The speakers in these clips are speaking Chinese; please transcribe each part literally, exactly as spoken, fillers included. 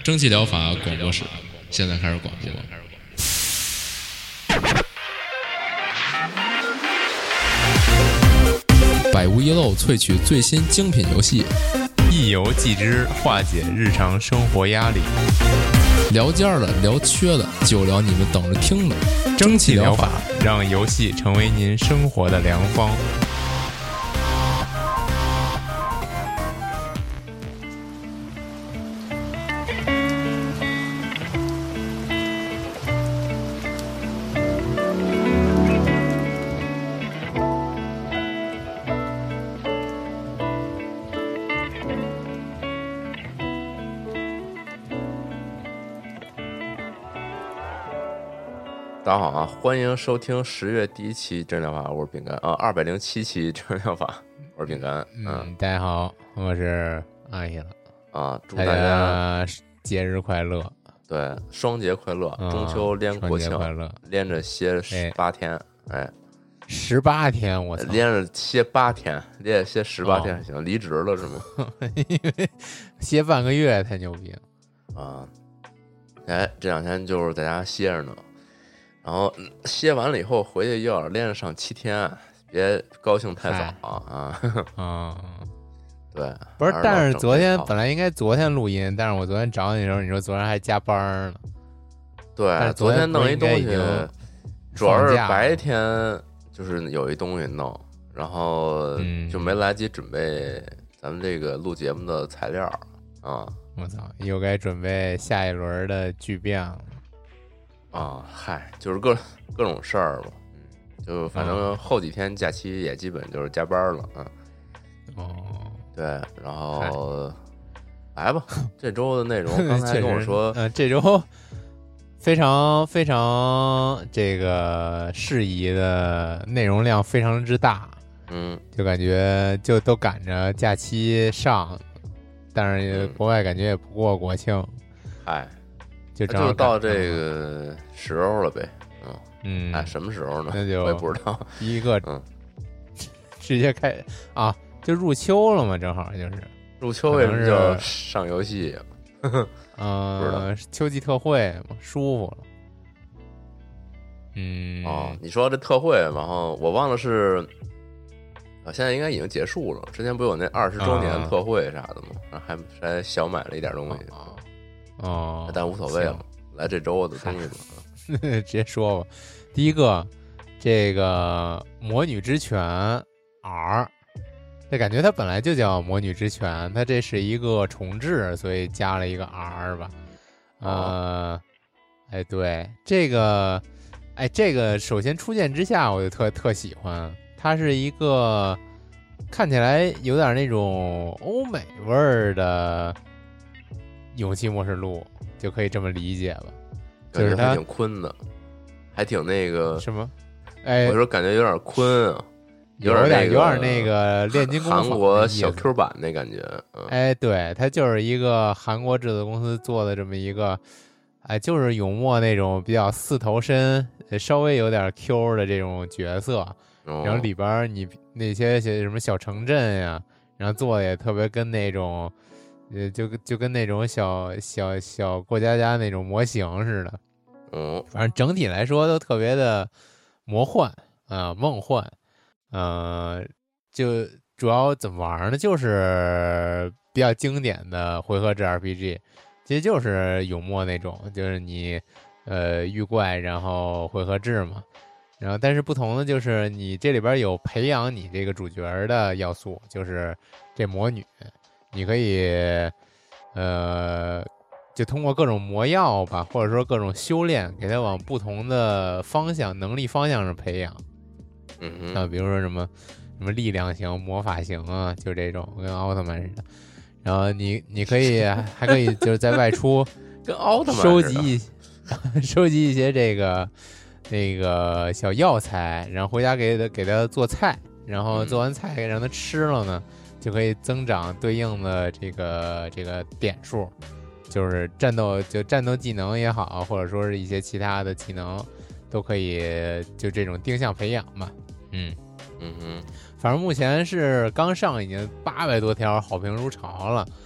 蒸汽疗法广播室现在开始广播。百无一漏萃取最新精品游戏， 一游即知，化解日常生活压力。 聊尖了，聊缺了，就聊你们等着听的蒸汽疗法，让游戏成为您生活的良方。 大家好啊，欢迎收听十月第一期真疗法，我是饼干啊，二百零七期真疗法，我是饼干。嗯， 嗯大家好，我是阿姨了啊，祝大家节日快乐， 对，双节快乐， 嗯、 中秋连国庆， 快乐， 连着歇十八天，哎， 十八天，我操， 连着歇八天，连着歇十八天还行，离、哦、职了是吗？ 因为歇半个月太牛逼了啊！哎，这两天就是在家歇着呢。然后歇完了以后回去又要连着上七天，别高兴太早啊！ 啊， 对， 不是，但是昨天本来应该昨天录音，但是我昨天找你的时候，你说昨天还加班呢。 对，昨天弄一东西，主要是白天就是有一东西弄，然后就没来及准备咱们这个录节目的材料啊。 我操，又该准备下一轮的巨变了。 啊，嗨，就是各各种事儿吧，嗯，就反正后几天假期也基本就是加班了，嗯， 哦， 对，然后来吧，这周的内容刚才跟我说， 嗯、呃，这周非常非常这个适宜的内容量非常之大， 嗯， 就感觉就都赶着假期上，但是国外感觉也不过国庆， 嗨、嗯。 就就到这个时候了呗，嗯嗯， 哎，什么时候呢？ 那就我也不知道。 第一个， 嗯， 直接开啊，就入秋了嘛，正好就是入秋，为什么叫上游戏？ 嗯， 不知道秋季特惠嘛，舒服了。嗯， 哦，你说这特惠，然后我忘了是，啊，现在应该已经结束了。之前不有那二十周年特惠啥的吗？然后还还小买了一点东西。 啊哦， 但无所谓了，来这周的东西吧， 直接说吧。第一个，这个魔女之泉 R， 这感觉它本来就叫魔女之泉，它这是一个重置，所以加了一个 R 吧。呃， 哦、 哎，对，这个，哎，这个首先初见之下我就特特喜欢，它是一个看起来有点那种欧美味儿的。勇气末世录就可以这么理解了，就是它挺坤的，还挺那个什么？哎， 我说感觉有点坤啊， 有点、那个、有点那个炼金工坊韩国小 Q 版那感觉。嗯、 哎，对，它就是一个韩国制作公司做的这么一个，哎，就是永默那种比较四头身，稍微有点 Q 的这种角色， 哦、 然后里边你那些些什么小城镇呀，然后做的也特别跟那种。呃，就就跟那种小小小过家家那种模型似的， 嗯， 反正整体来说都特别的魔幻啊、呃，梦幻，呃，就主要怎么玩呢？就是比较经典的回合制 R P G， 其实就是永默那种，就是你呃遇怪然后回合制嘛，然后但是不同的就是你这里边有培养你这个主角的要素，就是这魔女。你可以，呃，就通过各种魔药吧，或者说各种修炼，给它往不同的方向、能力方向上培养。 嗯像比如说什么什么力量型、魔法型啊，就这种跟奥特曼似的。然后你你可以还可以就是在外出跟奥特曼收集一收集一些这个那个小药材，然后回家给他给他做菜，然后做完菜给让他吃了呢。嗯就可以增长对应的这个这个点数，就是战斗就战斗技能也好，或者说是一些其他的技能，都可以就这种定向培养嘛。嗯嗯哼， 反正目前是刚上已经八百多条，好评如潮了。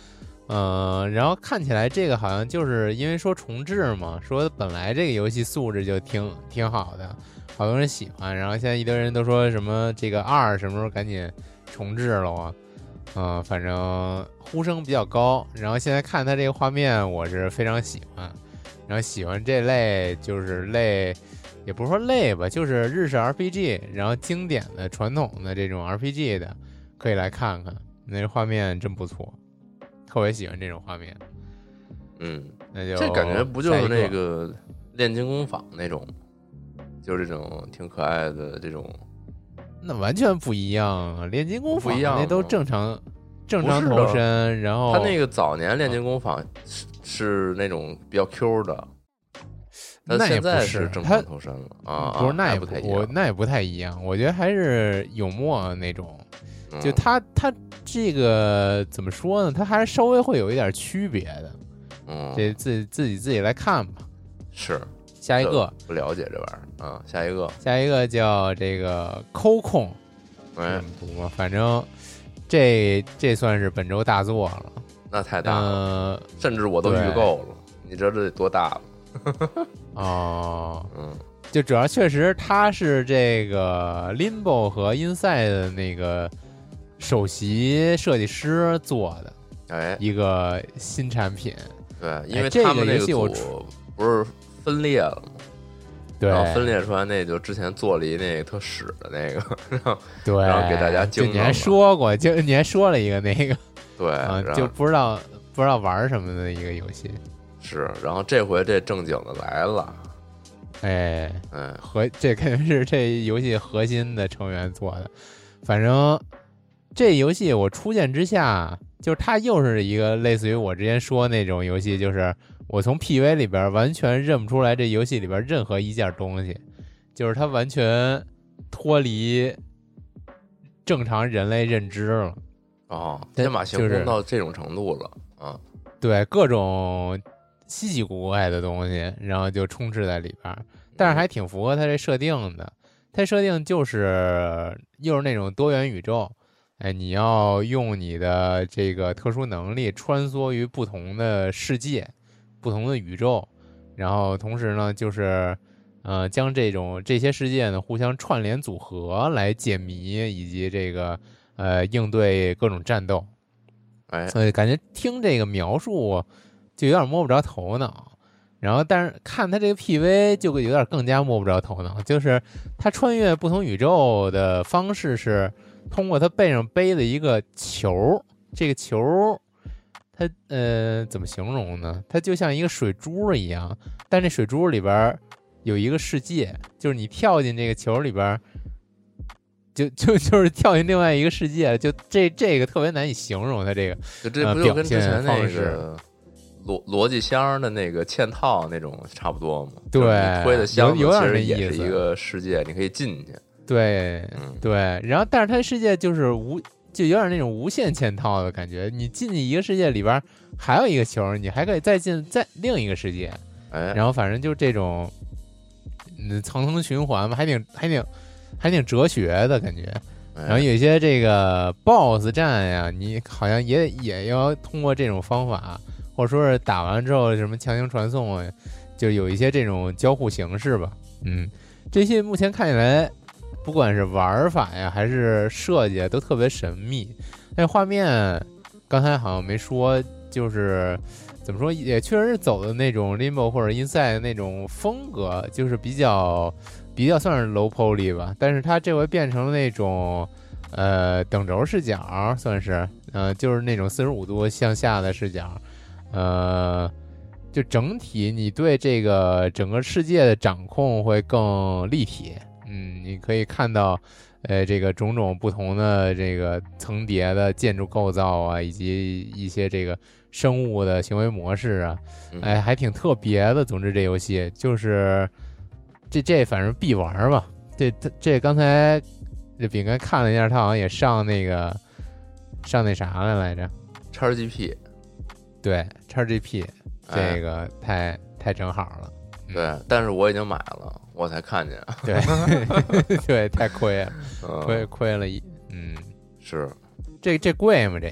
嗯、呃，然后看起来这个好像就是因为说重置嘛，说本来这个游戏素质就挺挺好的，好多人喜欢，然后现在一堆人都说什么这个二什么时候赶紧重置了啊？嗯、呃，反正呼声比较高。然后现在看它这个画面，我是非常喜欢。然后喜欢这类就是类，也不是说类吧，就是日式 R P G， 然后经典的传统的这种 R P G 的，可以来看看，那画面真不错，特别喜欢这种画面。 嗯， 那就这感觉不就是那个炼金工坊那种，就是这种挺可爱的这种。 那完全不一样啊！炼金工坊不一样， 那都正常正常投身，然后他那个早年炼金工坊是。是那种比较 Q 的， 那现在是正常投身了啊， 不是那也不太一样，我那也不太一样。我觉得还是有墨那种， 嗯、 就他他这个怎么说呢？他还是稍微会有一点区别的。 嗯， 这自己自己自己来看吧。 是， 下一个不了解这玩意儿啊，下一个下一个叫这个抠控， 哎， 怎么读啊？反正这这算是本周大作了。 那太大了， 呃、 甚至我都预购了。你知道这得多大了？ 哦， 嗯， 就主要确实它是这个 Limbo 和 Inside 的那个首席设计师做的， 哎， 一个新产品。 对，因为他们那个组不是分裂了吗？ 对， 然后分裂出来那就之前做了一那个特屎的那个，然后对， 然后给大家惊了。 你还说过，就你还说了一个那个。 对啊，就不知道不知道玩什么的一个游戏， 是，然后这回这正经的来了， 哎， 嗯， 核这肯定是这游戏核心的成员做的。反正这游戏我初见之下，就是它又是一个类似于我之前说那种游戏，就是我从 P V 里边完全认不出来这游戏里边任何一件东西，就是它完全脱离正常人类认知了。 哦，天马行空到这种程度了啊！ 对，各种稀奇古怪的东西，然后就充斥在里边，但是还挺符合它这设定的。它设定就是又是那种多元宇宙，哎，你要用你的这个特殊能力穿梭于不同的世界、不同的宇宙，然后同时呢，就是呃，将这种这些世界呢互相串联组合来解谜，以及这个。呃，应对各种战斗， 哎， 所以感觉听这个描述就有点摸不着头脑。然后，但是看他这个 P V 就有点更加摸不着头脑，就是他穿越不同宇宙的方式是通过他背上背的一个球，这个球，它呃怎么形容呢？它就像一个水珠一样，但这水珠里边有一个世界，就是你跳进这个球里边。就就就是跳进另外一个世界，就这这个特别难以形容它这个， 就这不就跟之前那个逻逻辑箱的那个嵌套那种差不多吗？ 对， 推的箱子有点其实那意思， 也是一个世界，你可以进去。 对、 嗯、 对，然后但是它世界就是无，就有点那种无限嵌套的感觉。你进去一个世界里边还有一个球，你还可以再进再另一个世界， 哎， 然后反正就这种嗯层层循环嘛，还挺还挺。还挺哲学的感觉，然后有一些这个 boss 战呀，你好像也也要通过这种方法，或者说是打完之后什么强行传送啊，就有一些这种交互形式吧。嗯，这些目前看起来，不管是玩法呀还是设计都特别神秘。但画面刚才好像没说，就是怎么说，也确实是走的那种 Limbo 或者 Inside 的那种风格，就是比较。比较算是 low poly 吧，但是它这回变成了那种呃等轴视角，算是呃就是那种四十五度向下的视角，呃就整体你对这个整个世界的掌控会更立体。嗯，你可以看到呃这个种种不同的这个层叠的建筑构造啊，以及一些这个生物的行为模式啊，哎还挺特别的。总之这游戏就是这这反正必玩吧。这这刚才这饼干看了一下，他好像也上那个上那啥来来着 ，X G P， 对 X G P， 这个太、哎、太正好了。 对、嗯，但是我已经买了，我才看见。 对对，太亏了， 嗯、 亏亏了一嗯是这这贵吗？这个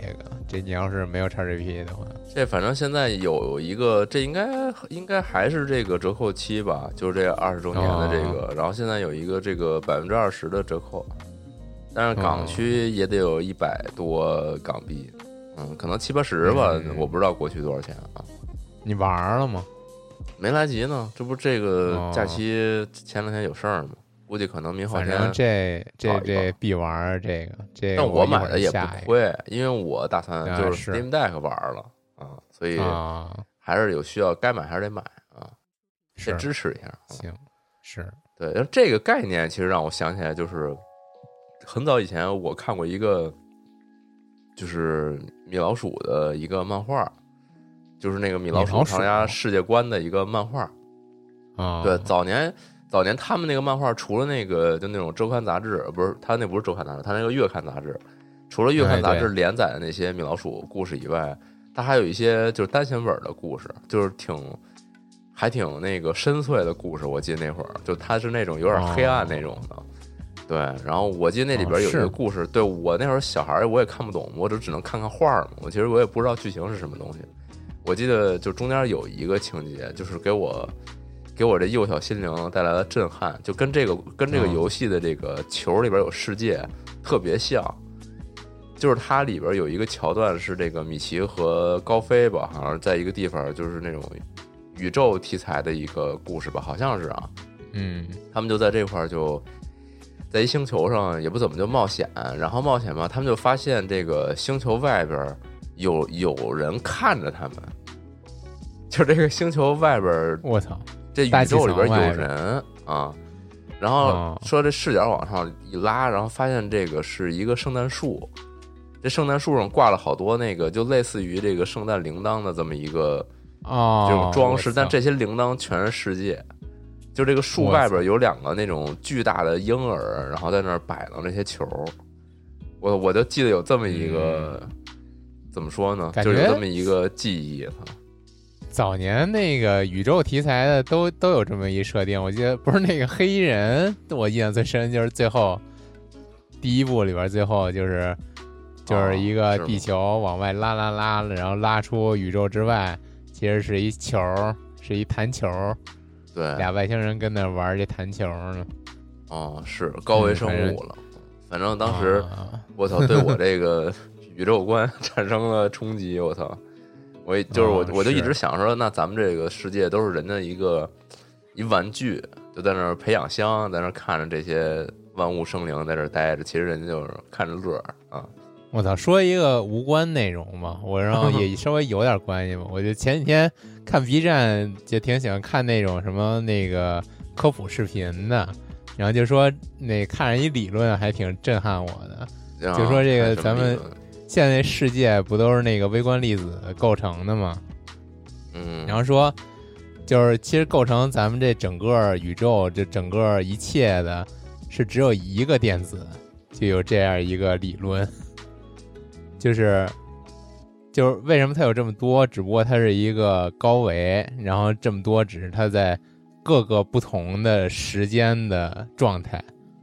这你要是没有 X G P 的话， 这反正现在有一个，这应该应该还是这个折扣期吧，就是这二十周年的这个，哦、然后现在有一个这个百分之二十的折扣，但是港区也得有一百多港币，嗯，可能七八十吧、嗯，我不知道国区多少钱啊。 你玩了吗？ 没来及呢，这不这个假期前两天有事儿吗？估计可能明后天。 反正这这这必玩这个这个。 但我买的也不亏，因为我打算就是 Steam Deck 玩了啊，所以还是有需要，该买还是得买啊，先支持一下。 行，是对，这个概念其实让我想起来，就是很早以前我看过一个，就是米老鼠的一个漫画，就是那个米老鼠唐家世界观的一个漫画啊。 对，早年。早年他们那个漫画，除了那个就那种周刊杂志，不是他那不是周刊杂志，他那个月刊杂志，除了月刊杂志连载的那些米老鼠故事以外，他还有一些就是单行本的故事，就是挺还挺那个深邃的故事。我记得那会儿就他是那种有点黑暗那种的，哦、对。然后我记得那里边有一个故事，哦、对我那会儿小孩我也看不懂，我就只能看看画嘛，我其实我也不知道剧情是什么东西。我记得就中间有一个情节，就是给我。给我这幼小心灵带来了震撼，就跟这个跟这个游戏的这个球里边有世界特别像，就是它里边有一个桥段是这个米奇和高飞吧，好像在一个地方，就是那种宇宙题材的一个故事吧，好像是啊， 嗯， 他们就在这块就在一星球上，也不怎么就冒险，然后冒险嘛，他们就发现这个星球外边有有人看着他们，就这个星球外边， 我操！ 这宇宙里边有人啊，然后说这视角往上一拉，然后发现这个是一个圣诞树，这圣诞树上挂了好多那个就类似于这个圣诞铃铛的这么一个啊这种装饰，但这些铃铛全是世界。就这个树外边有两个那种巨大的婴儿，然后在那儿摆弄这些球。我我就记得有这么一个、嗯、怎么说呢，就有这么一个记忆。 早年那个宇宙题材的都都有这么一设定，我记得不是那个黑衣人，我印象最深就是最后第一部里边最后就是就是一个地球往外拉拉拉了，然后拉出宇宙之外，其实是一球，是一弹球， 对， 俩外星人跟那玩这弹球呢。 哦，是高维生物了。嗯、反正当时、啊、我操，对我这个宇宙观产生了冲击，我操。我就是我，我就一直想说，那咱们这个世界都是人的一个一玩具，就在那儿培养箱，在那儿看着这些万物生灵在这儿待着，其实人家就是看着乐啊。 我操，说一个无关内容嘛，我然后也稍微有点关系嘛。我就前几天看 B 站，就挺喜欢看那种什么那个科普视频的，然后就说那看着一理论还挺震撼我的，就说这个咱们。现在世界不都是那个微观粒子构成的吗？ 嗯， 然后说，就是其实构成咱们这整个宇宙，这整个一切的，是只有一个电子，就有这样一个理论，就是就是为什么它有这么多？只不过它是一个高维，然后这么多只是它在各个不同的时间的状态。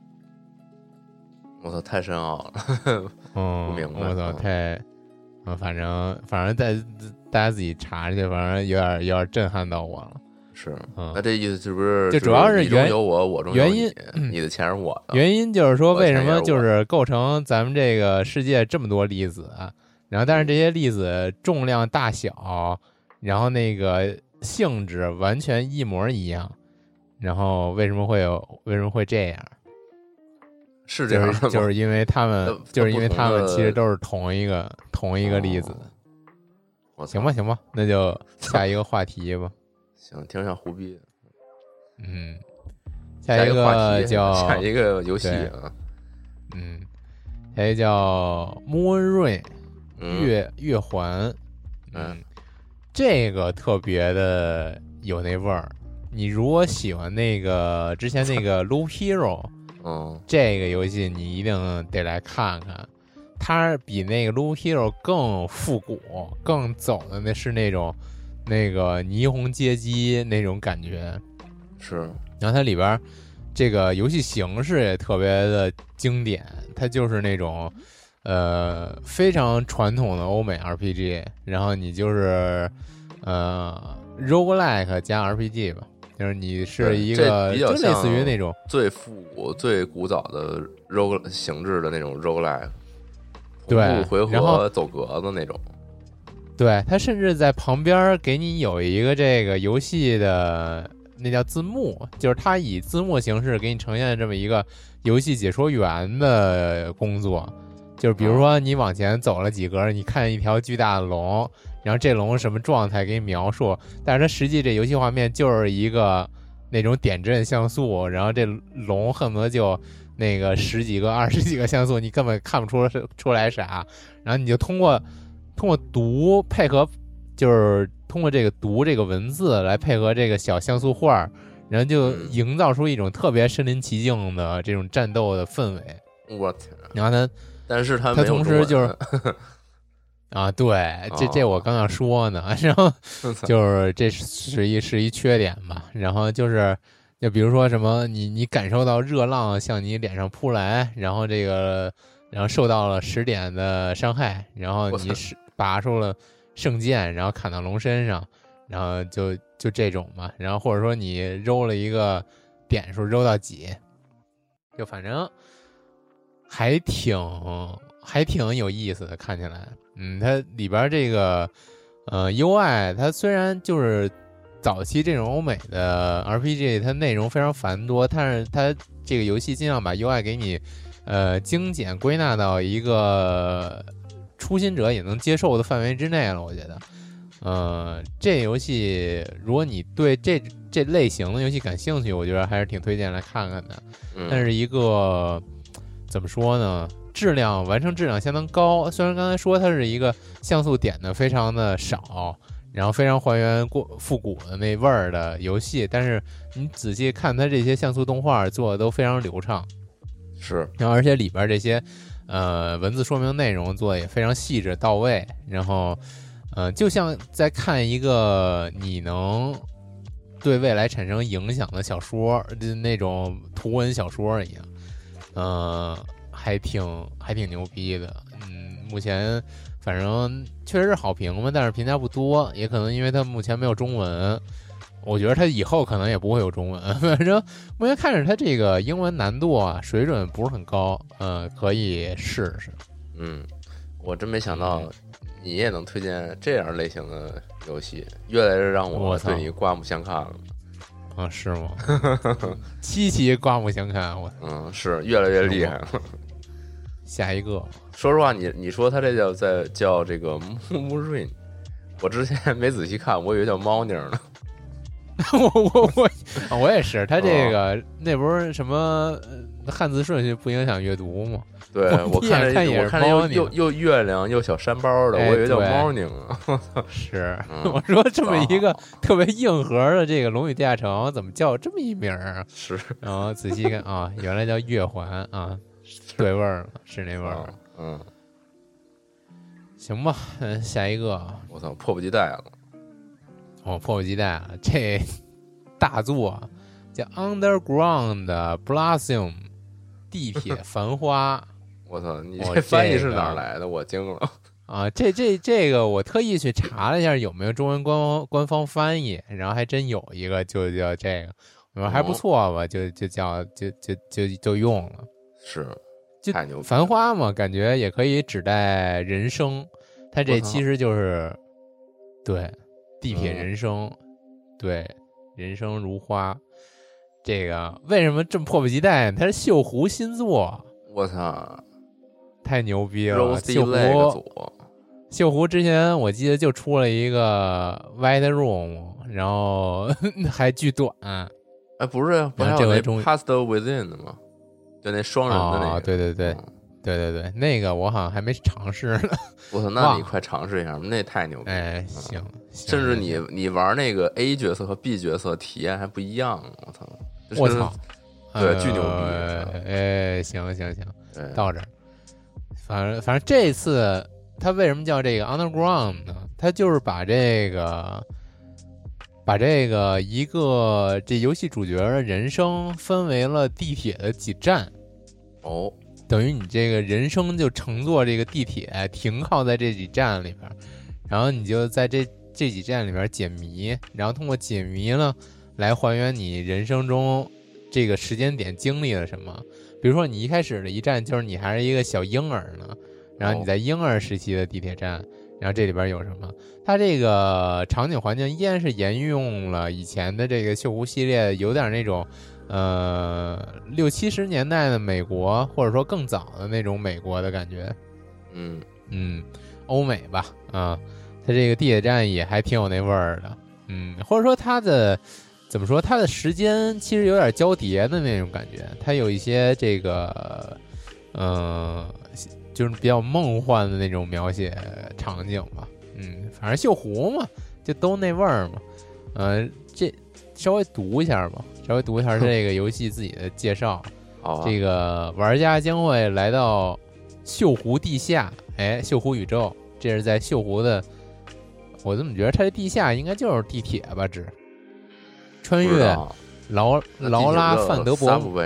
我操，太深奥了， 嗯， 不明白。 我操，太，嗯，反正反正大大家自己查去，反正有点有点震撼到我了。 是， 嗯， 那这意思是不是就主要是原有我，我中有原因， 你的钱是我的。 原因就是说，为什么就是构成咱们这个世界这么多粒子，然后但是这些粒子重量大小，然后那个性质完全一模一样，然后为什么会有为什么会这样？ 是这样的吗？ 就是就是因为他们，就是因为他们其实都是同一个同一个粒子。 哦、 行吧，行吧，那就下一个话题吧。 行，挺想胡逼。 嗯， 下一个叫下一个游戏啊。 嗯，下一个叫 Moonrain 月月环。嗯，这个特别的有那味儿。你如果喜欢那个之前那个 Loop Hero。 嗯， 这个游戏你一定得来看看，它比那个 Loop Hero 更复古，更走的那是那种那个霓虹街机那种感觉。 是， 然后它里边这个游戏形式也特别的经典，它就是那种呃非常传统的欧美 R P G， 然后你就是呃 roguelike 加 R P G 吧，就是你是一个就类似于那种最复古、最古早的 rogue 形制的那种 roguelike， 对， 回合走格子那种。 对，它甚至在旁边给你有一个这个游戏的那叫字幕，就是它以字幕形式给你呈现这么一个游戏解说员的工作。就是比如说你往前走了几格，你看一条巨大的龙，然后这龙什么状态给你描述，但是它实际这游戏画面就是一个那种点阵像素，然后这龙恨不得就那个十几个二十几个像素，你根本看不出出来啥，然后你就通过通过读配合，就是通过这个读这个文字来配合这个小像素画，然后就营造出一种特别身临其境的这种战斗的氛围。 我天！ 然后它， 但是它它同时就是啊，对，这这我刚要说呢，然后就是这是一是一缺点吧。然后就是就比如说什么，你你感受到热浪向你脸上扑来，然后这个然后受到了十点的伤害，然后你是拔出了圣剑，然后砍到龙身上，然后就就这种嘛。然后或者说你揉了一个点数揉到几，就反正还挺还挺有意思的，看起来。嗯，它里边这个呃 U I， 它虽然就是早期这种欧美的 R P G， 它内容非常繁多，但是它这个游戏尽量把 U I 给你呃精简归纳到一个初心者也能接受的范围之内了，我觉得。呃，这游戏如果你对这这类型的游戏感兴趣，我觉得还是挺推荐来看看的。但是一个怎么说呢？质量完成质量相当高，虽然刚才说它是一个像素点的非常的少，然后非常还原过复古的那味儿的游戏，但是你仔细看它这些像素动画做的都非常流畅， 是， 然后而且里边这些呃文字说明内容做的也非常细致到位，然后呃就像在看一个你能对未来产生影响的小说，那种图文小说一样，呃。还挺还挺牛逼的，嗯，目前反正确实是好评嘛，但是评价不多，也可能因为它目前没有中文，我觉得它以后可能也不会有中文。反正目前看着它这个英文难度啊水准不是很高，呃，可以试试。 嗯，我真没想到你也能推荐这样类型的游戏，越来越让我对你刮目相看了。 啊，是吗？七七刮目相看，我嗯，是越来越厉害了。 下一个， 说实话，你你说他这叫在叫这个木木瑞，我之前没仔细看，我以为叫猫宁呢。 我我我我也是，他这个、哦、那不是什么汉字顺序不影响阅读吗？ 对，我看着看也是猫宁，又又月亮又小山包的， 哎、 我以为叫猫宁啊。 是、 嗯， 我说这么一个特别硬核的这个《龙与地下城》，怎么叫这么一名啊？ 是， 然后仔细看啊，原来叫月环啊。对味儿了，是那味儿。 嗯， 行吧，嗯，下一个。 我操，迫不及待了。 哦，迫不及待了，这大作叫《Underground Blossom》地铁繁花。 我操，你这翻译是哪儿来的？我惊了。 啊，这这这个我特意去查了一下有没有中文官方官方翻译，然后还真有一个，就叫这个，我说还不错吧，就就叫就就就就用了。 是， 就太牛！ 繁花嘛，感觉也可以指代人生，它这其实就是对地铁人生，嗯、对人生如花。这个为什么这么迫不及待？它是锈湖新作， 我操， 太牛逼了！锈湖，锈湖之前我记得就出了一个 White Room， 然后还巨短。 哎，不是，不是还有那 Past Within 的吗？就那双人的那个， 哦、对对对、嗯，对对对，那个我好像还没尝试呢。 我操，那你快尝试一下，那太牛逼了！ 哎，行， 嗯、甚至你你玩那个 A 角色和 B 角色体验还不一样，我操！就是、 我操， 对， 呃、 巨牛逼！ 哎，行行行，到这儿，反正反正这次他为什么叫这个 Underground 呢？他就是把这个。把这个一个这游戏主角的人生分为了地铁的几站， 哦， 等于你这个人生就乘坐这个地铁停靠在这几站里边，然后你就在这这几站里边解谜，然后通过解谜呢来还原你人生中这个时间点经历了什么。比如说你一开始的一站就是你还是一个小婴儿呢，然后你在婴儿时期的地铁站，然后这里边有什么，它这个场景环境依然是沿用了以前的这个锈湖系列，有点那种呃六七十年代的美国，或者说更早的那种美国的感觉。 嗯嗯，欧美吧，啊，它这个地铁站也还挺有那味儿的。嗯，或者说它的怎么说，它的时间其实有点交叠的那种感觉，它有一些这个呃就是比较梦幻的那种描写场景吧。嗯，反正锈湖嘛，就都那味儿嘛。呃，这稍微读一下吧，稍微读一下这个游戏自己的介绍。 好、啊， 这个玩家将会来到锈湖地下，哎，锈湖宇宙，这是在锈湖的。我怎么觉得它这地下应该就是地铁吧？只穿越劳劳拉范德伯姆。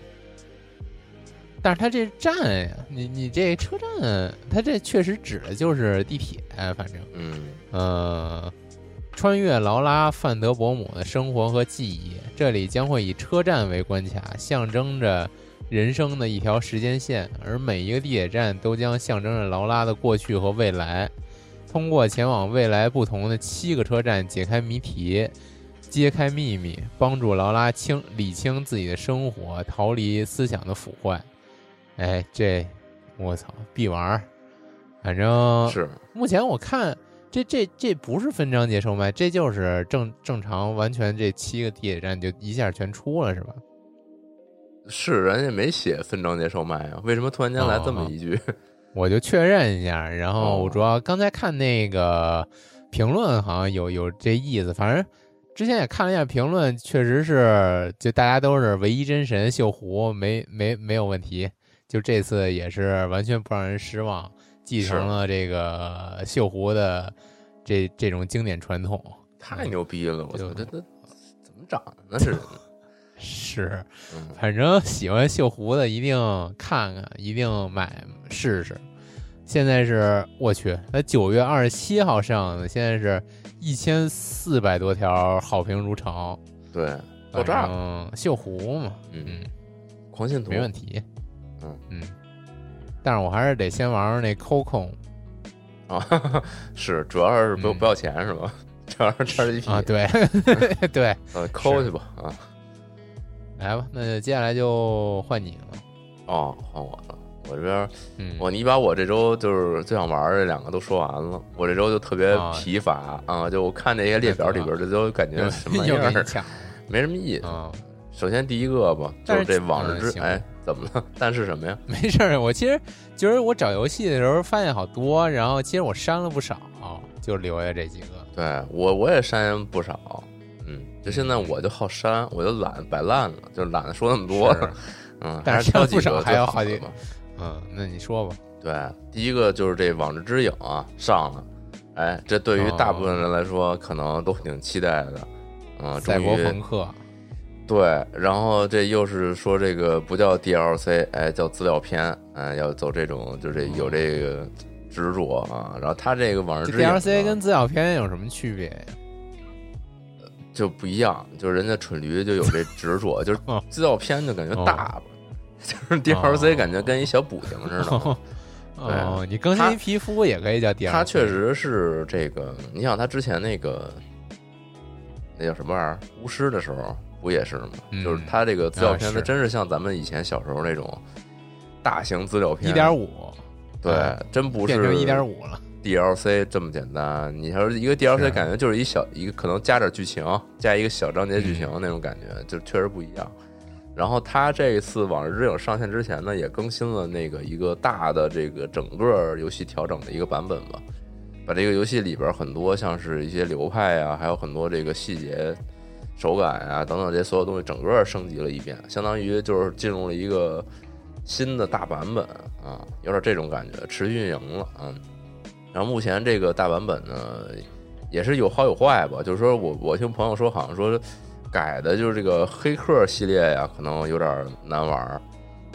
但是它这站呀，你你这车站，它这确实指的就是地铁，反正， 嗯呃，穿越劳拉范德伯姆的生活和记忆，这里将会以车站为关卡，象征着人生的一条时间线，而每一个地铁站都将象征着劳拉的过去和未来。通过前往未来不同的七个车站，解开谜题，揭开秘密，帮助劳拉清理清自己的生活，逃离思想的腐坏。哎，这我操，必玩！反正是目前我看这这这不是分章节售卖，这就是正正常完全这七个地铁站就一下全出了，是吧？ 是，人家没写分章节售卖啊，为什么突然间来这么一句？ 哦、我就确认一下，然后我主要刚才看那个评论，好像有有这意思，反正。之前也看了一下评论，确实是就大家都是唯一真神锈湖，没没没有问题。就这次也是完全不让人失望，继承了这个锈湖的这这种经典传统， 太牛逼了！我操，这这怎么长的那是？ 是，反正喜欢锈湖的一定看看，一定买试试。现在是我去，它九月二十七号上的，现在是一千四百多条好评如潮。 对，爆炸。 嗯，锈湖嘛，嗯， 狂信徒没问题。 嗯嗯，但是我还是得先玩玩那 Coco 啊，是，主要是不、嗯、不要钱是吧？主要是叉 G P 啊，对对， 呃，抠去吧啊， 来吧，那就接下来就换你了。 哦，换我了。我这边， 嗯， 我你把我这周就是最想玩的两个都说完了，我这周就特别疲乏啊、嗯！就我看这些列表里边，这都感觉什么样儿，没什么意思。 嗯、 首先第一个吧，就是这往日之哎，怎么了？但是什么呀？ 没事儿，我其实就是我找游戏的时候发现好多，然后其实我删了不少，就留下这几个。 对我我也删不少，嗯，就现在我就好删，我就懒摆烂了，就懒得说那么多。嗯， 但是挑不少还有好几个。嗯，那你说吧。 对，第一个就是这《往日之影》啊，上了，哎，这对于大部分人来说，哦、可能都挺期待的。嗯， 赛博朋克。 对，然后这又是说这个不叫 D L C， 哎，叫资料片，哎，要走这种就这有这个执着啊。然后他这个《往日之影》D L C 跟资料片有什么区别呀？ 就不一样，就是人家蠢驴就有这执着，就是资料片就感觉大吧。哦就是 D L C 感觉跟一小补丁似的。 哦，哦你更新一皮肤也可以叫 D L C。 它确实是这个，你想他之前那个那叫什么玩意儿巫师的时候不也是吗？ 嗯、 就是他这个资料片，它真是像咱们以前小时候那种大型资料片。 一点五， 对，嗯、真不是变成一点五了。 D L C 这么简单，你要是一个 D L C， 感觉就是一小一个可能加点剧情，加一个小章节剧情那种感觉，嗯、就确实不一样。然后他这一次《往日之影》上线之前呢，也更新了那个一个大的这个整个游戏调整的一个版本吧，把这个游戏里边很多像是一些流派啊，还有很多这个细节、手感啊等等这些所有东西，整个升级了一遍，相当于就是进入了一个新的大版本啊，有点这种感觉，持续运营了啊。然后目前这个大版本呢，也是有好有坏吧，就是说我我听朋友说，好像说。改的就是这个黑客系列呀，可能有点难玩，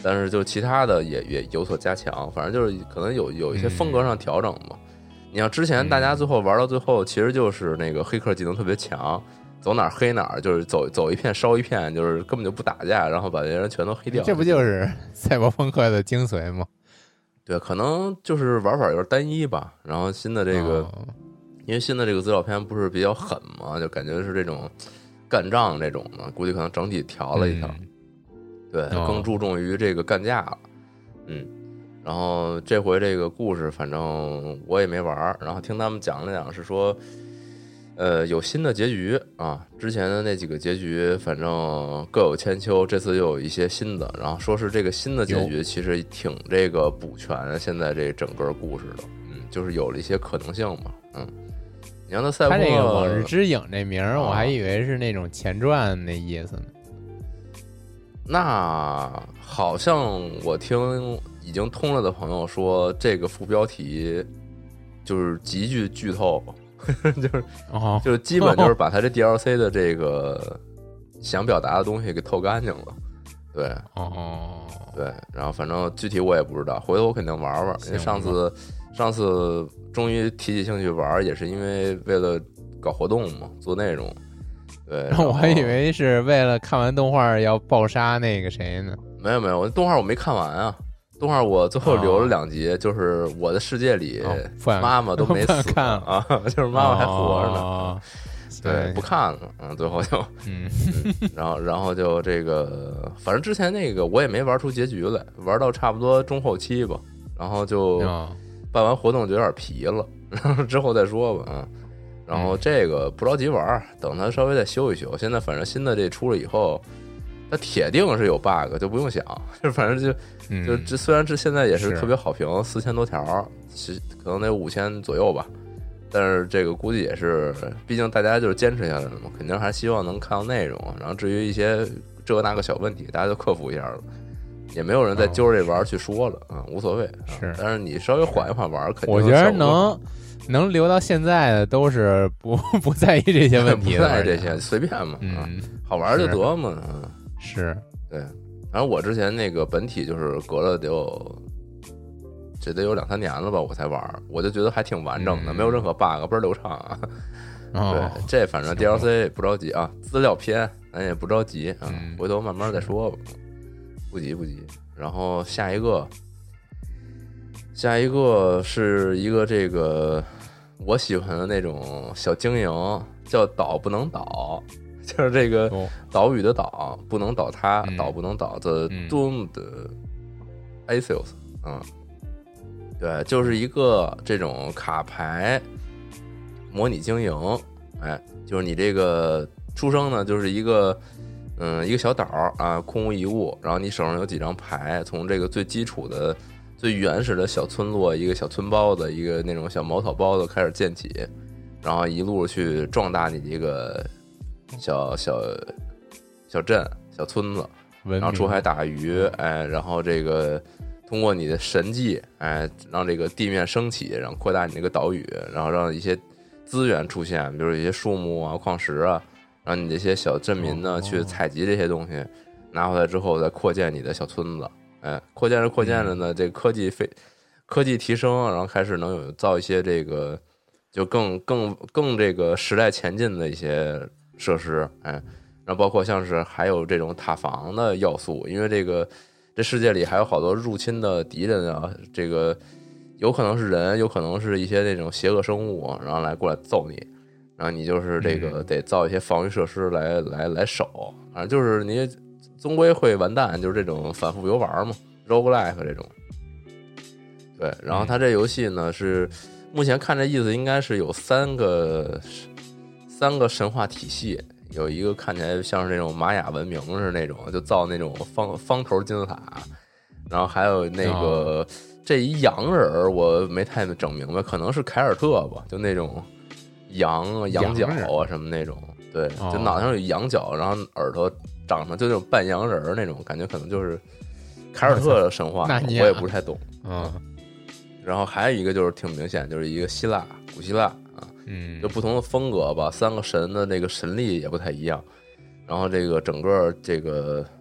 但是就其他的也也有所加强，反正就是可能有有一些风格上调整嘛。嗯、你像之前大家最后玩到最后，其实就是那个黑客技能特别强，走哪儿黑哪儿，就是走走一片烧一片，就是根本就不打架，然后把别人全都黑掉。 这不就是赛博朋克的精髓吗？ 对，可能就是玩法有点单一吧。然后新的这个，哦、因为新的这个资料片不是比较狠嘛，就感觉是这种干仗这种的，估计可能整体调了一调。嗯对，更注重于这个干架了，嗯，然后这回这个故事，反正我也没玩，然后听他们讲了讲，是说，呃，有新的结局啊，之前的那几个结局，反正各有千秋，这次又有一些新的，然后说是这个新的结局其实挺这个补全现在这整个故事的，嗯，就是有了一些可能性嘛，嗯，你让他赛博， 他这个《往日之影》这名儿，我还以为是那种前传那意思呢。 那好像我听已经通了的朋友说，这个副标题就是极具剧透，就是、哦、就是基本就是把他这 D L C 的这个想表达的东西给透干净了。对， 哦， 对，然后反正具体我也不知道，回头我肯定玩玩，因为上次上次终于提起兴趣玩，也是因为为了搞活动嘛，做内容。对， 我还以为是为了看完动画要爆杀那个谁呢？ 没有没有，我动画我没看完啊，动画我最后留了两集，哦、就是我的世界里、哦、妈妈都没死啊，就是妈妈还活着呢。 哦、 对，不看了，嗯，最后就嗯， 嗯然后然后就这个，反正之前那个我也没玩出结局来，玩到差不多中后期吧，然后就办完活动就有点疲了，然后之后再说吧，嗯。然后这个不着急玩，等它稍微再修一修。现在反正新的这出了以后，它铁定是有 bug， 就不用想。就反正就就这虽然这现在也是特别好评，四千多条，其可能得五千左右吧。但是这个估计也是，毕竟大家就是坚持下来了嘛，肯定还希望能看到内容。然后至于一些这个那个小问题，大家就克服一下了。也没有人再揪着这玩去说了啊、嗯，无所谓。 是， 但是你稍微缓一缓玩，肯定我觉得能。能留到现在的都是不不在意这些问题的， 不在意这些，随便嘛， 嗯， 好玩就得嘛，嗯， 是对。然后我之前那个本体就是隔了得有，这得有两三年了吧，我才玩，我就觉得还挺完整的， 嗯、 没有任何 bug，倍儿流畅啊。 哦、 对，这反正 D L C 不着急啊，资料片咱也不着急啊， 嗯、 回头慢慢再说吧，不急不急。然后下一个。下一个是一个这个我喜欢的那种小经营，叫岛不能倒，就是这个岛屿的岛不能倒塌， 嗯、 岛不能倒的 Doomed Aethyos，嗯，对，就是一个这种卡牌模拟经营，哎，就是你这个出生呢，就是一个嗯一个小岛啊，空无一物，然后你手上有几张牌，从这个最基础的。最原始的小村落，一个小村包子，一个那种小茅草包子开始建起，然后一路去壮大你这个小小小镇、小村子，然后出海打鱼，哎，然后这个通过你的神迹，哎，让这个地面升起，然后扩大你这个岛屿，然后让一些资源出现，比如一些树木啊、矿石啊，让你这些小镇民呢去采集这些东西，拿回来之后再扩建你的小村子。哎，扩建着扩建着呢，这个科技飞科技提升，然后开始能有造一些这个就更更更这个时代前进的一些设施，哎，然后包括像是还有这种塔防的要素，因为这个这世界里还有好多入侵的敌人啊，这个有可能是人，有可能是一些那种邪恶生物，然后来过来揍你，然后你就是这个得造一些防御设施来来来守，反正就是你。终归会完蛋，就是这种反复游玩嘛 ，roguelike 这种。对，然后它这游戏呢是目前看这意思应该是有三个三个神话体系，有一个看起来像是那种玛雅文明是那种，就造那种方方头金字塔，然后还有那个、哦、这一羊人我没太整明白，可能是凯尔特吧，就那种羊羊角啊什么那种，对，就脑袋上有羊角，然后耳朵。长得就那种半羊人那种感觉，可能就是凯尔特的神话，我也不是太懂。 嗯， 然后还有一个就是挺明显，就是一个希腊古希腊啊， 嗯， 就不同的风格吧，三个神的那个神力也不太一样。然后这个整个这个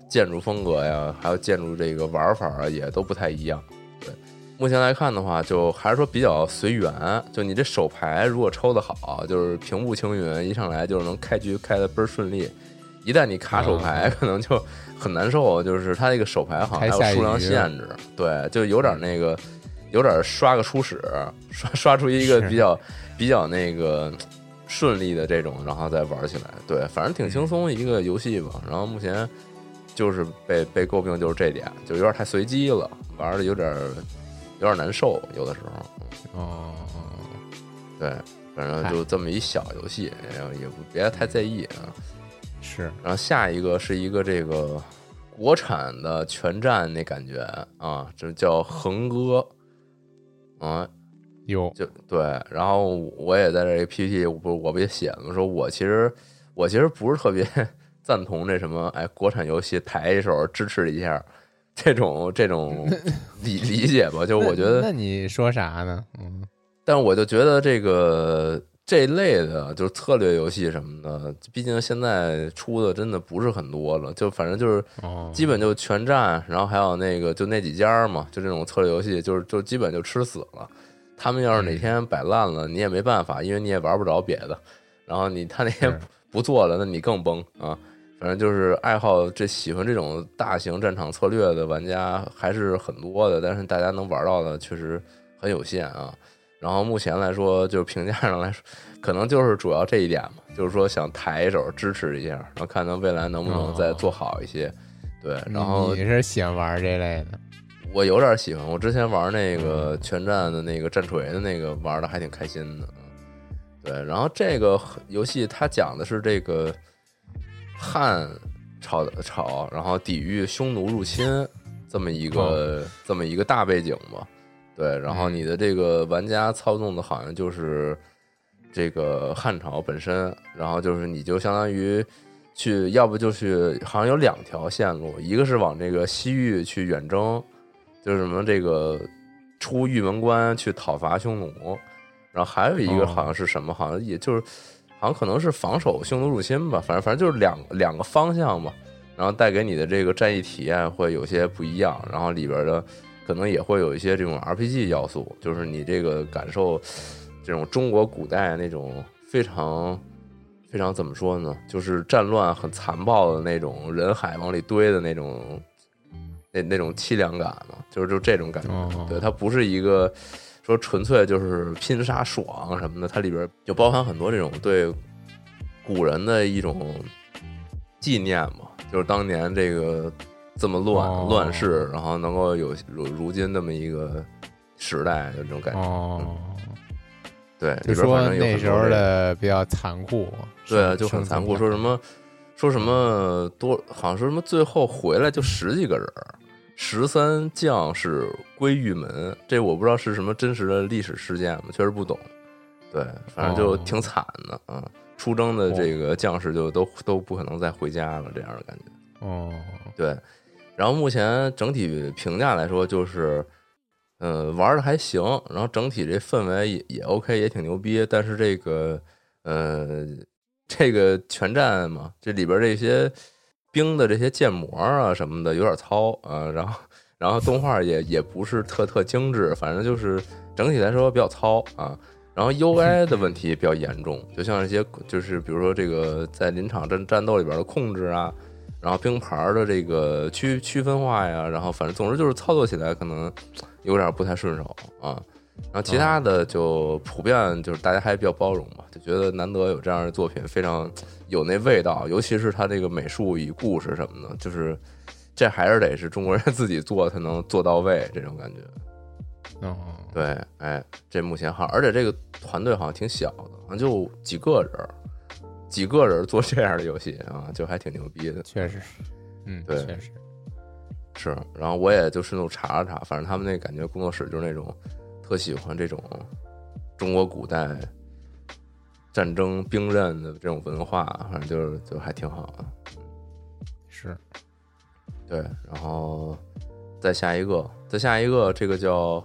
建筑风格呀，还有建筑这个玩法啊，也都不太一样。对，目前来看的话，就还是说比较随缘。就你这手牌如果抽得好，就是平步青云，一上来就能开局开得倍儿顺利。一旦你卡手牌，可能就很难受。就是它这个手牌好像还有数量限制，对，就有点那个，有点刷个初始，刷刷出一个比较比较那个顺利的这种，然后再玩起来。对，反正挺轻松一个游戏吧。然后目前就是被被诟病就是这点，就有点太随机了，玩的有点有点难受，有的时候。 哦， 对，反正就这么一小游戏，然后也不别太在意啊。 是， 然后下一个是一个这个国产的全战那感觉啊，这叫横歌啊， 有就对。然后我也在这个 P P T， 不我不也写了吗？说我其实我其实不是特别赞同这什么，哎，国产游戏抬一手支持一下这种这种理理解吧。就我觉得， 那你说啥呢？嗯， 但我就觉得这个。这一类的就是策略游戏什么的，毕竟现在出的真的不是很多了，就反正就是基本就全战，然后还有那个就那几家嘛，就这种策略游戏，就是就基本就吃死了。他们要是哪天摆烂了，你也没办法，因为你也玩不着别的。然后你他那天不做了，那你更崩啊！反正就是爱好这喜欢这种大型战场策略的玩家还是很多的，但是大家能玩到的确实很有限啊。然后目前来说，就评价上来说，可能就是主要这一点嘛，就是说想抬一手支持一下，然后看看未来能不能再做好一些。哦、对，然后你是喜欢玩这类的？ 我有点喜欢，我之前玩那个全战的那个战锤的那个玩的还挺开心的。对，然后这个游戏它讲的是这个汉朝朝，然后抵御匈奴入侵这么一个、哦、这么一个大背景吧。对，然后你的这个玩家操纵的好像就是这个汉朝本身，然后就是你就相当于去，要不就去，好像有两条线路，一个是往这个西域去远征，就是什么这个出玉门关去讨伐匈奴，然后还有一个好像是什么，好像也就是好像可能是防守匈奴入侵吧，反正反正就是两两个方向吧，然后带给你的这个战役体验会有些不一样，然后里边的。可能也会有一些这种 R P G 要素，就是你这个感受这种中国古代那种非常非常怎么说呢，就是战乱很残暴的那种人海往里堆的那种那那种凄凉感嘛，就是就这种感觉。哦、对，它不是一个说纯粹就是拼杀爽什么的，它里边就包含很多这种对古人的一种纪念嘛，就是当年这个。这么乱、哦、乱世，然后能够有如如今这么一个时代的这种感觉。哦，嗯、对， 就说那时候的比较残酷。 对啊，就很残酷。说什么说什么多，好像说什么最后回来就十几个人，十三将士归玉门。这我不知道是什么真实的历史事件嘛，确实不懂。对，反正就挺惨的啊、哦嗯。出征的这个将士就都都不可能再回家了，这样的感觉。 哦， 对。然后目前整体评价来说，就是，呃，玩的还行，然后整体这氛围也也 OK， 也挺牛逼。但是这个，呃，这个全战嘛，这里边这些兵的这些建模啊什么的有点糙啊，然后然后动画也也不是特特精致，反正就是整体来说比较糙啊。然后 U I 的问题比较严重，就像一些就是比如说这个在临场战战斗里边的控制啊。然后兵牌的这个区区分化呀，然后反正总之就是操作起来可能有点不太顺手啊。然后其他的就普遍就是大家还比较包容嘛，就觉得难得有这样的作品，非常有那味道，尤其是他这个美术与故事什么的，就是这还是得是中国人自己做才能做到位这种感觉。 哦， 对，哎，这目前好，而且这个团队好像挺小的，好像就几个人。几个人做这样的游戏啊，就还挺牛逼的。 确实，嗯， 对， 确实是。然后我也就顺路查了查，反正他们那感觉工作室就是那种特喜欢这种中国古代战争兵刃的这种文化，反正就是就还挺好的。 是， 对。然后再下一个，再下一个，这个叫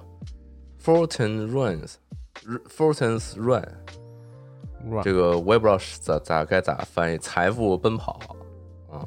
Fortune Runs，Fortune's Run。这个我也不知道咋咋该咋翻译，财富奔跑啊，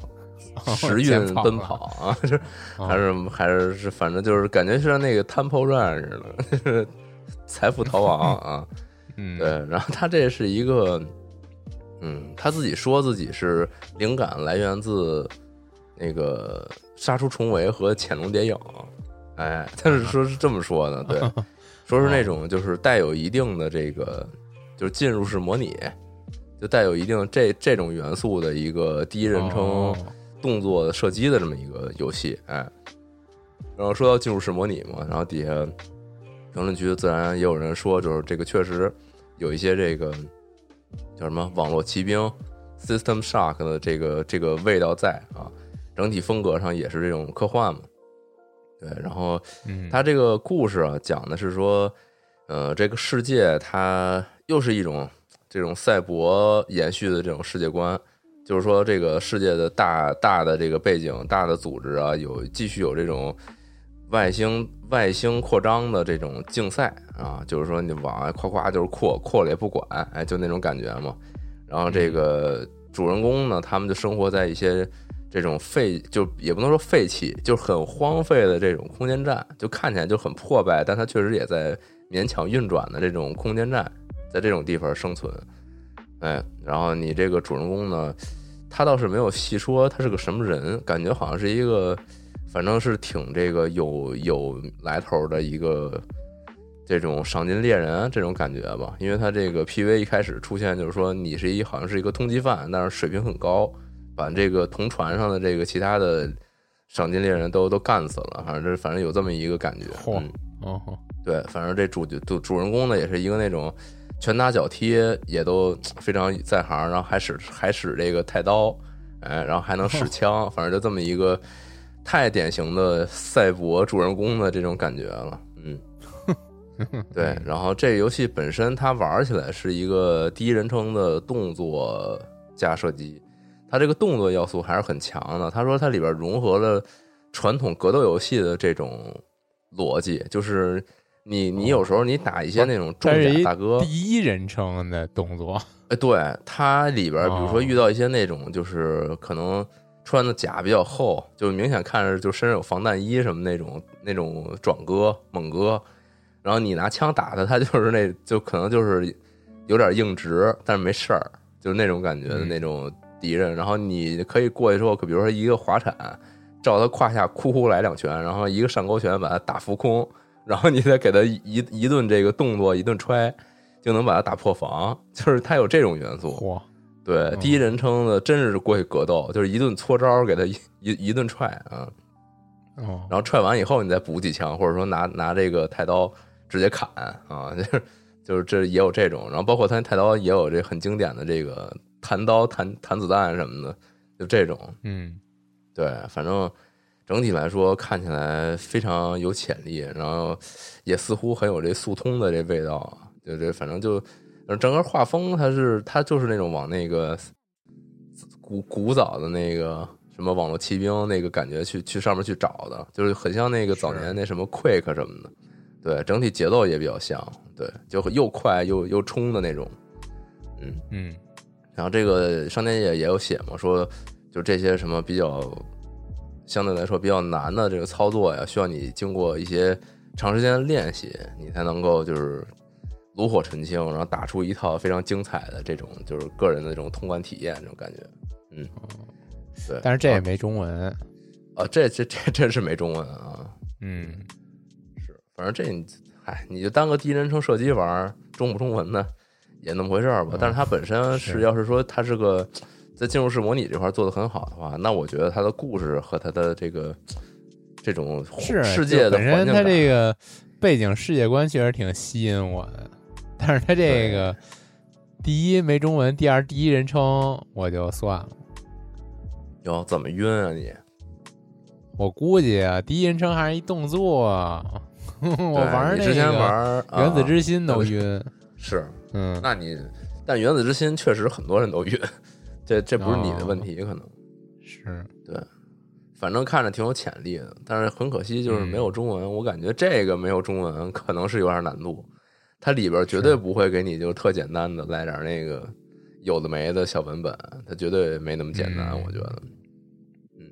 时运奔跑啊，是还是还是是，反正就是感觉像那个 Temple Run 似的，就是财富逃亡啊。 嗯， 对，然后他这是一个，嗯，他自己说自己是灵感来源自那个《杀出重围》和《潜龙谍影》，哎，他是说是这么说的，对，说是那种就是带有一定的这个就是进入式模拟，就带有一定这这种元素的一个第一人称动作射击的这么一个游戏，哎，然后说到进入式模拟嘛，然后底下评论区自然也有人说，就是这个确实有一些这个叫什么网络骑兵 System Shock 的这个这个味道在啊，整体风格上也是这种科幻嘛。对，然后它这个故事啊，讲的是说，呃，这个世界它又是一种这种赛博延续的这种世界观，就是说这个世界的大大的这个背景、大的组织啊，有继续有这种外星外星扩张的这种竞赛啊，就是说你往外夸夸就是扩扩了也不管，哎，就那种感觉嘛。然后这个主人公呢，他们就生活在一些这种废，就也不能说废弃，就是很荒废的这种空间站，就看起来就很破败，但它确实也在勉强运转的这种空间站，在这种地方生存。哎，然后你这个主人公呢，他倒是没有细说他是个什么人，感觉好像是一个。反正是挺这个有有来头的一个这种赏金猎人这种感觉吧，因为他这个 P V 一开始出现就是说你是一好像是一个通缉犯，但是水平很高，把这个同船上的这个其他的赏金猎人都都干死了，反正反正有这么一个感觉。 嗯，哦， 对，反正这主主主人公呢也是一个那种拳打脚踢也都非常在行，然后还使还使这个太刀，哎，然后还能使枪，反正就这么一个。太典型的赛博主人公的这种感觉了，嗯，对。然后这个游戏本身它玩起来是一个第一人称的动作加射击，它这个动作要素还是很强的。他说它里边融合了传统格斗游戏的这种逻辑，就是你你有时候你打一些那种重甲大哥， 第一人称的动作， 哎，对，它里边比如说遇到一些那种就是可能。穿的甲比较厚，就明显看着就身上有防弹衣什么那种那种壮哥猛哥，然后你拿枪打他，他就是那就可能就是有点硬直，但是没事儿，就是那种感觉的那种敌人。然后你可以过去之后，比如说一个滑铲照他胯下呼呼来两拳，然后一个上勾拳把他打浮空，然后你再给他一一顿这个动作一顿踹，就能把他打破防，就是他有这种元素。 哇！ 对，第一人称的真是过去格斗，就是一顿搓招给他一一一顿踹啊， 哦， 然后踹完以后你再补几枪，或者说拿拿这个太刀直接砍啊，就是就是这也有这种，然后包括他太刀也有这很经典的这个弹刀弹弹子弹什么的，就这种， 嗯， 对，反正整体来说看起来非常有潜力，然后也似乎很有这速通的这味道，就这反正就。整个画风它是它就是那种往那个古古早的那个什么网络骑兵那个感觉去去上面去找的，就是很像那个早年那什么 Quake 什么的，对，整体节奏也比较像，对，就又快又又冲的那种，嗯嗯， 然后这个商店页也有写嘛，说就这些什么比较相对来说比较难的这个操作呀，需要你经过一些长时间的练习，你才能够就是。炉火纯青，然后打出一套非常精彩的这种就是个人的这种通关体验，这种感觉，嗯，对。 但是这也没中文啊，这这这这是没中文啊， 嗯， 是，反正这你，嗨，你就当个第一人称射击玩，中不中文呢，也那么回事儿吧。但是它本身是，要是说它是个在进入式模拟这块做的很好的话，那我觉得它的故事和它的这个这种世界的环境感， 本身它这个背景世界观确实挺吸引我的。但是他这个第一没中文，第二第一人称我就算了。 哟，怎么晕啊你？ 我估计啊，第一人称还是一动作。我玩那个之前玩 《原子之心》都晕。 啊、是， 嗯， 那你但《原子之心》确实很多人都晕，这这不是你的问题， 哦、 可能是对。反正看着挺有潜力的，但是很可惜就是没有中文。嗯、我感觉这个没有中文可能是有点难度。它里边绝对不会给你就特简单的来点那个有的没的小文本，它绝对没那么简单，嗯、我觉得。嗯，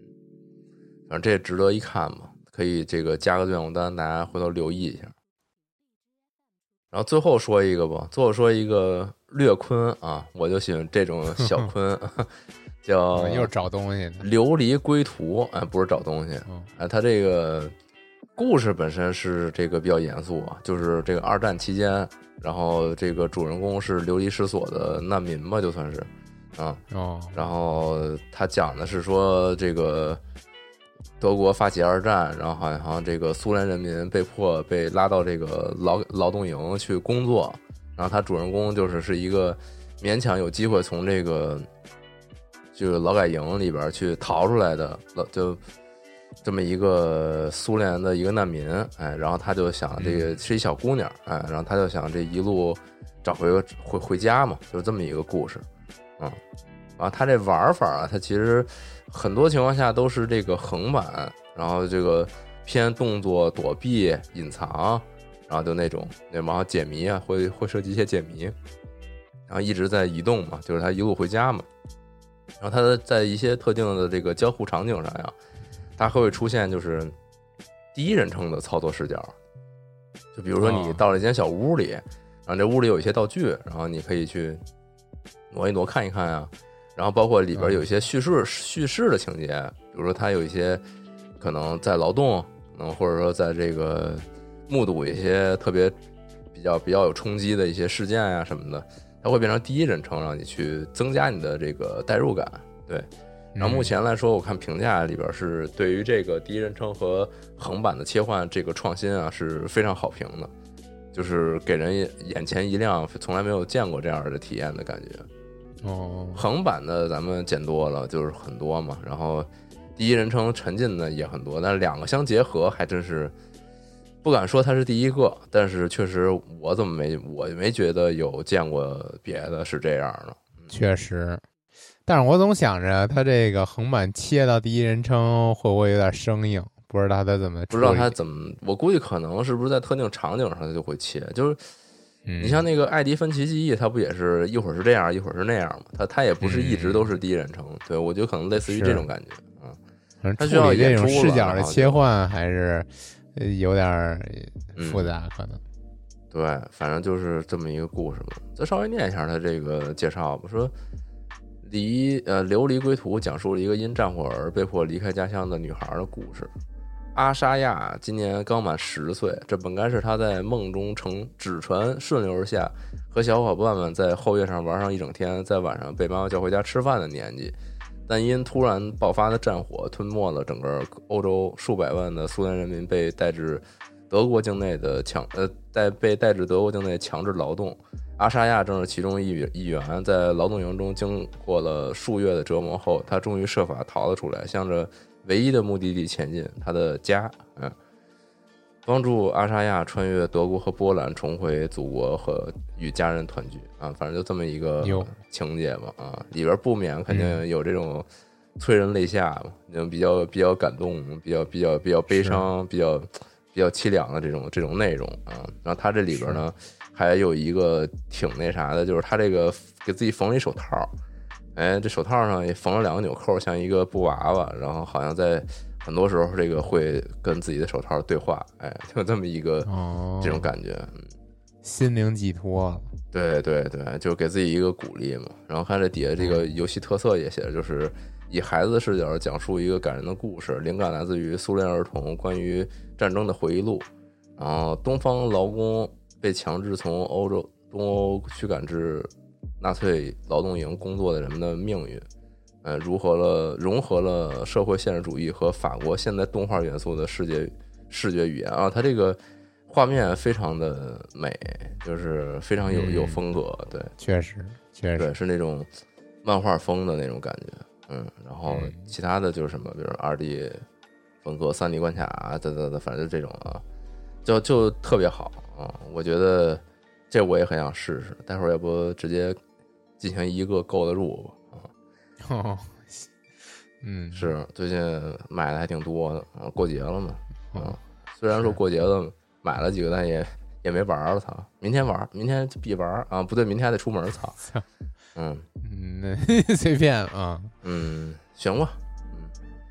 反正这也值得一看嘛，可以这个加个愿望单，大家回头留意一下。然后最后说一个吧，最后说一个略昆啊，我就喜欢这种小昆，叫又找东西， 琉璃归途，哎，不是找东西，哎，他这个故事本身是这个比较严肃啊，就是这个二战期间，然后这个主人公是流离失所的难民吧，就算是，啊， 哦， 然后他讲的是说这个德国发起二战，然后好像好像这个苏联人民被迫被拉到这个劳劳动营去工作，然后他主人公就是是一个勉强有机会从这个就是劳改营里边去逃出来的，就这么一个苏联的一个难民，哎，然后他就想这个是一小姑娘，哎，然后他就想这一路找回回回家嘛，就这么一个故事，嗯，然后他这玩法啊，他其实很多情况下都是这个横版，然后这个偏动作躲避隐藏，然后就那种然后解谜啊，会会设计一些解谜，然后一直在移动嘛，就是他一路回家嘛，然后他在一些特定的这个交互场景上呀，它会出现就是第一人称的操作视角，就比如说你到了一间小屋里，然后这屋里有一些道具，然后你可以去挪一挪看一看啊，然后包括里边有一些叙事叙事的情节，比如说它有一些可能在劳动，嗯，或者说在这个目睹一些特别比较比较有冲击的一些事件呀、啊、什么的，它会变成第一人称，让你去增加你的这个代入感，对。然后目前来说，我看评价里边是对于这个第一人称和横版的切换这个创新啊是非常好评的，就是给人眼前一亮，从来没有见过这样的体验的感觉。 哦， 横版的咱们见多了，就是很多嘛，然后第一人称沉浸的也很多，但是两个相结合还真是不敢说它是第一个，但是确实我怎么没我没觉得有见过别的是这样的。 确实。但是我总想着他这个横版切到第一人称会不会有点生硬，不知道他怎么不知道他怎么，我估计可能是不是在特定场景上他就会切，就是你像那个艾迪芬奇记忆，他不也是一会儿是这样一会儿是那样嘛，他他也不是一直都是第一人称，嗯、对我觉得可能类似于这种感觉，嗯，他需要这种视角的切换还是有点复杂， 嗯、 可能。 对，反正就是这么一个故事嘛。再稍微念一下他这个介绍吧，说。离呃流离归途讲述了一个因战火而被迫离开家乡的女孩的故事。阿沙亚今年刚满十岁，这本该是她在梦中乘纸船顺流而下，和小伙伴们在后院上玩上一整天，在晚上被妈妈叫回家吃饭的年纪。但因突然爆发的战火吞没了整个欧洲，数百万的苏联人民被带至德国境内的强呃带被带至德国境内强制劳动。阿沙亚正是其中一一员，在劳动营中经过了数月的折磨后，他终于设法逃了出来，向着唯一的目的地前进，他的家。嗯，帮助阿沙亚穿越德国和波兰，重回祖国和与家人团聚啊！反正就这么一个情节吧啊，里边不免肯定有这种催人泪下嘛，那种比较比较感动、比较比较比较悲伤、比较比较凄凉的这种这种内容啊。然后他这里边呢。还有一个挺那啥的，就是他这个给自己缝了一手套，哎，这手套上也缝了两个纽扣，像一个布娃娃，然后好像在很多时候这个会跟自己的手套对话，哎，就这么一个这种感觉， 哦、心灵寄托了。 对对对，就给自己一个鼓励嘛。然后看这底下这个游戏特色也写着，就是以孩子的视角讲述一个感人的故事，灵感来自于苏联儿童关于战争的回忆录，然后东方劳工被强制从欧洲东欧驱赶至纳粹劳动营工作的人们的命运，呃，如何了融合了社会现实主义和法国现代动画元素的视觉视觉语言啊，它这个画面非常的美，就是非常有有风格，对， 确实确实对，是那种漫画风的那种感觉，嗯，然后其他的就是什么，比如二 D 风格、三 D 关卡啊，等等等，反正就这种啊，就就特别好。啊、嗯，我觉得这我也很想试试，待会儿要不直接进行一个购得入吧？啊、 嗯，哦，嗯， 是最近买的还挺多的啊，过节了嘛，啊、嗯，虽然说过节了买了几个，但也也没玩了，操，明天玩，明天必玩啊，不对，明天还得出门，操，嗯嗯，随便啊， 嗯，行吧，嗯，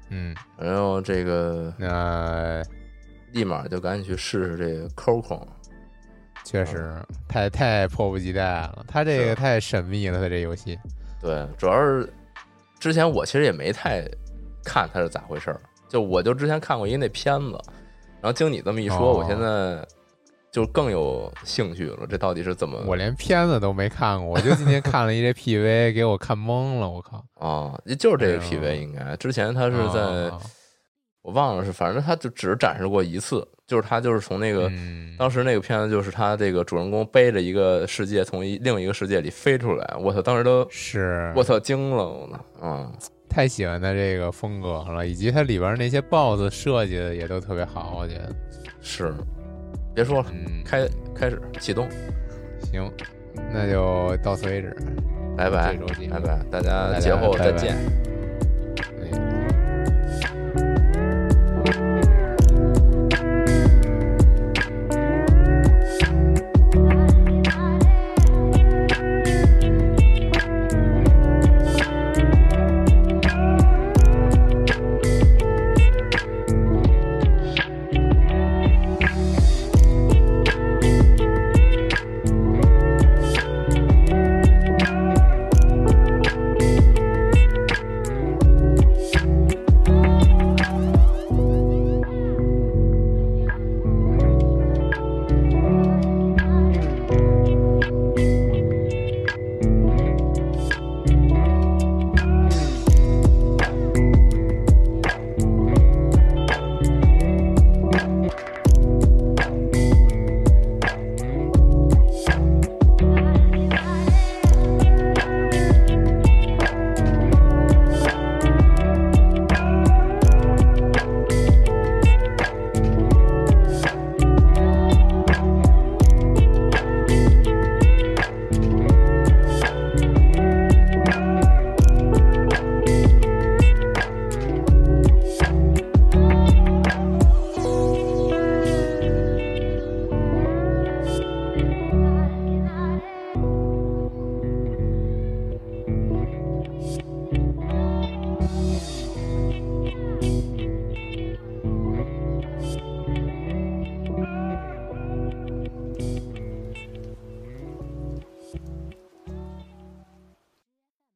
嗯， 然后这个那立马就赶紧去试试这个 Coco。 确实，嗯、太太迫不及待了，他这个太神秘了，他这游戏。 对，主要是之前我其实也没太看他是咋回事儿，就我就之前看过一个那片子，然后经你这么一说， 哦、 我现在就更有兴趣了。这到底是怎么？ 我连片子都没看过，我就今天看了一这 P V， 给我看懵了，我靠！ 哦，就是这个 P V 应该之前他是在。哦我忘了是，反正他就只展示过一次，就是他就是从那个、嗯、当时那个片子，就是他这个主人公背着一个世界从一另一个世界里飞出来，我操，当时都是我操惊了，我操，嗯， 太喜欢他这个风格了，以及他里边那些 B O S S 设计的也都特别好，我觉得是。别说了， 嗯、 开开始启动， 行，那就到此为止， 拜拜，拜拜，大家节后再见。 拜拜。